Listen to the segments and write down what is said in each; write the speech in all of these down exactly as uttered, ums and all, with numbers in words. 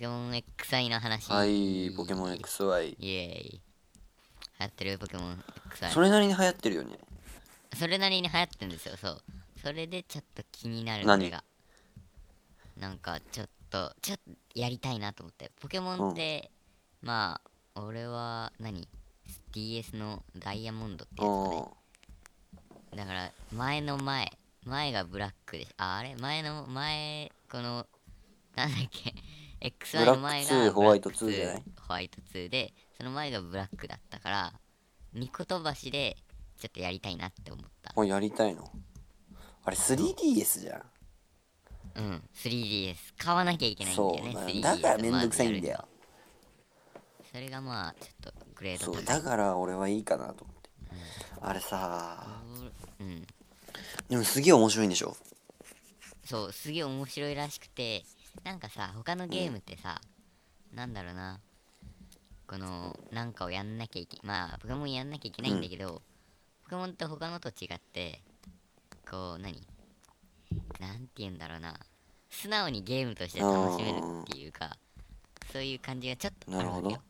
ケモン エックスアイ の話。 はい、ポケモン エックスワイ。 イエーイ。流行ってるポケモン エックスアイ。 それなりに流行ってるよね。 それなりに流行ってるんですよ。そう。それでちょっと気になるこ何れが。なんかちょっと、ちょっとやりたいなと思って。ポケモンって、まあ、俺は何 ディーエス のダイヤモンドってやつかね。 あだから前の前前がブラックでああれ前の前このなんだっけブラエックスアイ のック前ツーがブラックホワイトツーじゃない？ ホワイトツーでその前がブラックだったからにこ飛ばしでちょっとやりたいなって思った。 もうやりたいの？あれ スリーディーエス じゃん。 うん スリーディーエス 買わなきゃいけないんだよね。 そうだスリーディーエスだからめんどまくさいんだよ。 ずやるにはそれがまあちょっとグレードそう高い。 だから俺はいいかなと思って。あれさうんうんでもすげえ面白いんでしょ？ そうすげえ面白いらしくてなんかさ他のゲームってさ、なんだろうなこのなんかをやんなきゃいけまあポケモンやんなきゃいけないんだけど、ポケモンって他のと違ってこう何なんて言うんだろうな素直にゲームとして楽しめるっていうかそういう感じがちょっとあるわけよ。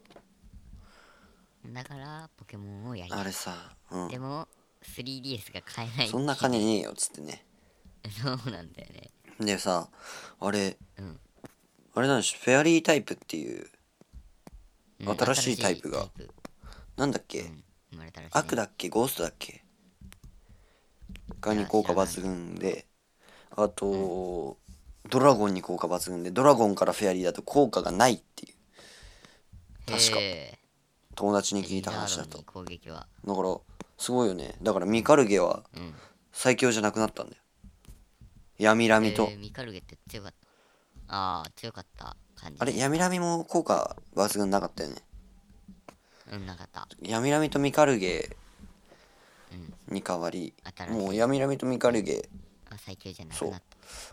だからポケモンをやりたい。 あれさ、うんでも スリーディーエス が買えないってそんな金ねえよっつってね。 そうなんだよね。 でさあれうんあれなんでしょフェアリータイプっていううん新しいタイプが新しいタイプなんだっけ、 うん生まれたらしいね。 悪だっけゴーストだっけがに効果抜群で、あと、ドラゴンに効果抜群で、ドラゴンからフェアリーだと効果がないっていう確かへえ友達に聞いた話だと。 リザードンに攻撃はだからすごいよね。だからミカルゲはうん最強じゃなくなったんだよ。ヤミラミと、 えー、ミカルゲって強かった。ああ、強かった感じ。 あれヤミラミも効果抜群なかったよね。 うん、なかった。 ヤミラミとミカルゲうん、 に代わり、 新しい。 もうヤミラミとミカルゲ、 あ、最強じゃなくそうなった。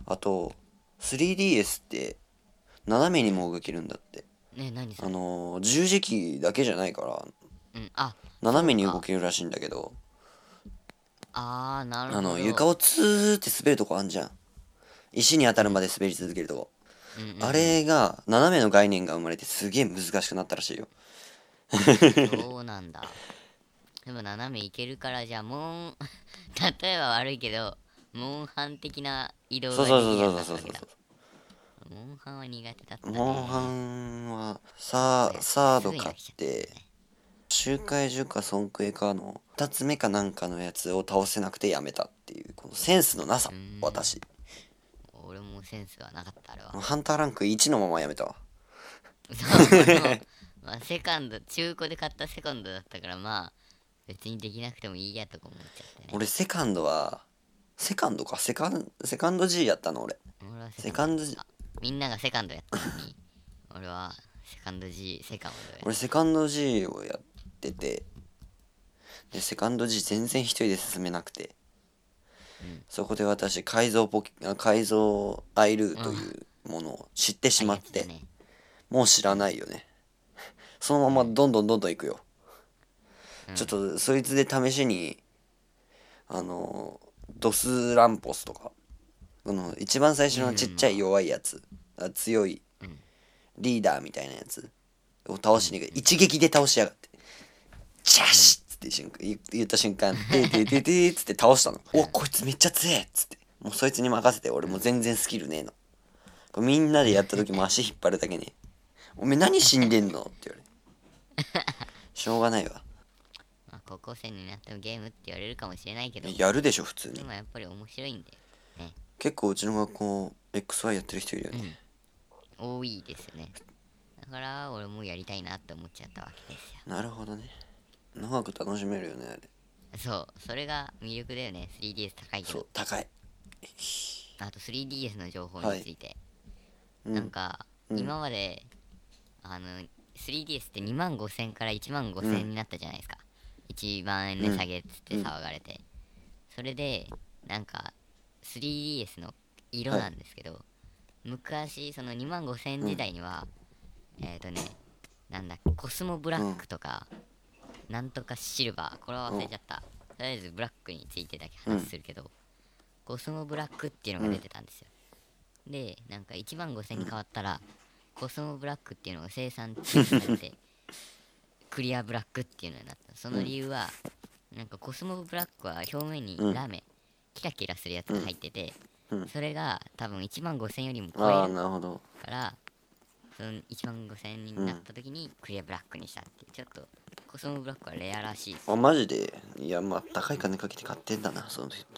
あと スリーディーエス って斜めにも動けるんだって。 ね、何そあれ。 のー十字キーだけじゃないからうん、あ、 斜めにそうか。 動けるらしいんだけど、 ああ、なるほど。 あの床をツーって滑るとこあんじゃん。石に当たるまで滑り続けるとこ、 うんうんうん、 あれが斜めの概念が生まれてすげえ難しくなったらしいよ。 そうなんだ。でも斜めいけるからじゃあモン例えば悪いけどモンハン的な移動そうができるようそうそうそうになったわけだ。 そうそうそうモンハンは苦手だったね。 モンハンはサーサード買って周回樹か尊クエかのふたつめかなんかのやつを倒せなくてやめたっていうこのセンスのなさ。私俺もセンスはなかったあれは。 ハンターランクいちのままやめたわ。 そう俺もまあセカンド中古で買ったセカンドだったからまあ別にできなくてもいいやとか思っちゃってね。 俺セカンドはセカンドかセカンセカンド G やったの俺。 俺はセカンド G みんながセカンドやったのに俺はセカンド G セカンドや俺セカンド G をやってて、でセカンド G 全然一人で進めなくて、 うん、 そこで私改造ポケ改造アイルーというものを知ってしまって、 ね、 もう知らないよね。そのままどんどんどんどんいくよ、 うん、 ちょっとそいつで試しにあのドスランポスとかこの一番最初のちっちゃい弱いやつ、あ強いリーダーみたいなやつを倒しに行く、一撃で倒しやがってチャシッつって瞬間言言った瞬間「てててて」っつって倒したの。おこいつめっちゃ強えっつって、もうそいつに任せて、俺もう全然スキルねえの。これみんなでやった時も足引っ張るだけね「おめえ何死んでんの?」って言われしょうがないわ。 まあ、高校生になってもゲームって言われるかもしれないけどやるでしょ普通に。 でもやっぱり面白いんだよね。 結構うちの学校 エックスワイ やってる人いるよね、 うん、多いですよね。だから俺もやりたいなって思っちゃったわけですよ。 なるほどね。長く楽しめるよねあれ。 そうそれが魅力だよね。 スリーディーエス 高いけそうど。 高い。 あと スリーディーエス の情報について、はいうん、 なんか、うん、今まであの スリーディーエス ってにまんごせんからいちまんごせんになったじゃないですか、うん、いちまん円値下げっつって騒がれて、うん、それでなんか スリーディーエス の色なんですけど、はい、昔そのにまんごせん時代には、うん、えっ、ー、とねなんだコスモブラックとか、うん、なんとかシルバーこれは忘れちゃった、うん、とりあえずブラックについてだけ話するけど、うん、コスモブラックっていうのが出てたんですよ、うん、でなんかいちまんごせんに変わったら、 コスモブラックっていうのが生産中止されてクリアブラックっていうのになった。その理由は、なんかコスモブラックは表面にラメ、キラキラするやつが入ってて、それが多分いちまんごせんよりも超ああえるなるほど。 からそのいちまんごせんになった時にクリアブラックにしたっていう、ちょっとコスモブラックはレアらしいです。 あマジで。いやまあ高い金かけて買ってんだなその人。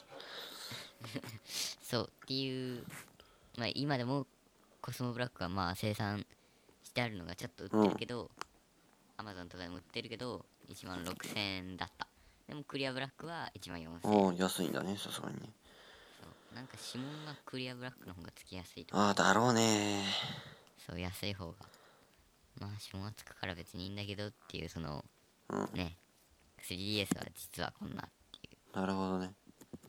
そうっていう、まあ今でもコスモブラックはまあ生産してあるのがちょっと売ってるけど、アマゾンとかでも売ってるけどいちまんろくせんえんだった。でもクリアブラックはいちまんよんせんえん。 おお安いんだねさすがにね。 そうなんか指紋がクリアブラックの方がつきやすいとか、 ああだろうね。 そう安い方がまあ指紋はつくから別にいいんだけどっていう、そのうんね スリーディーエス は実はこんなっていう。 なるほどね。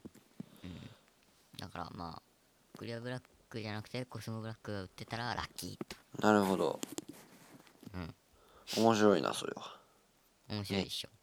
だからまあクリアブラックじゃなくてコスモブラックが売ってたらラッキーと。 なるほど。 うん面白いなそれは。 面白いでしょ。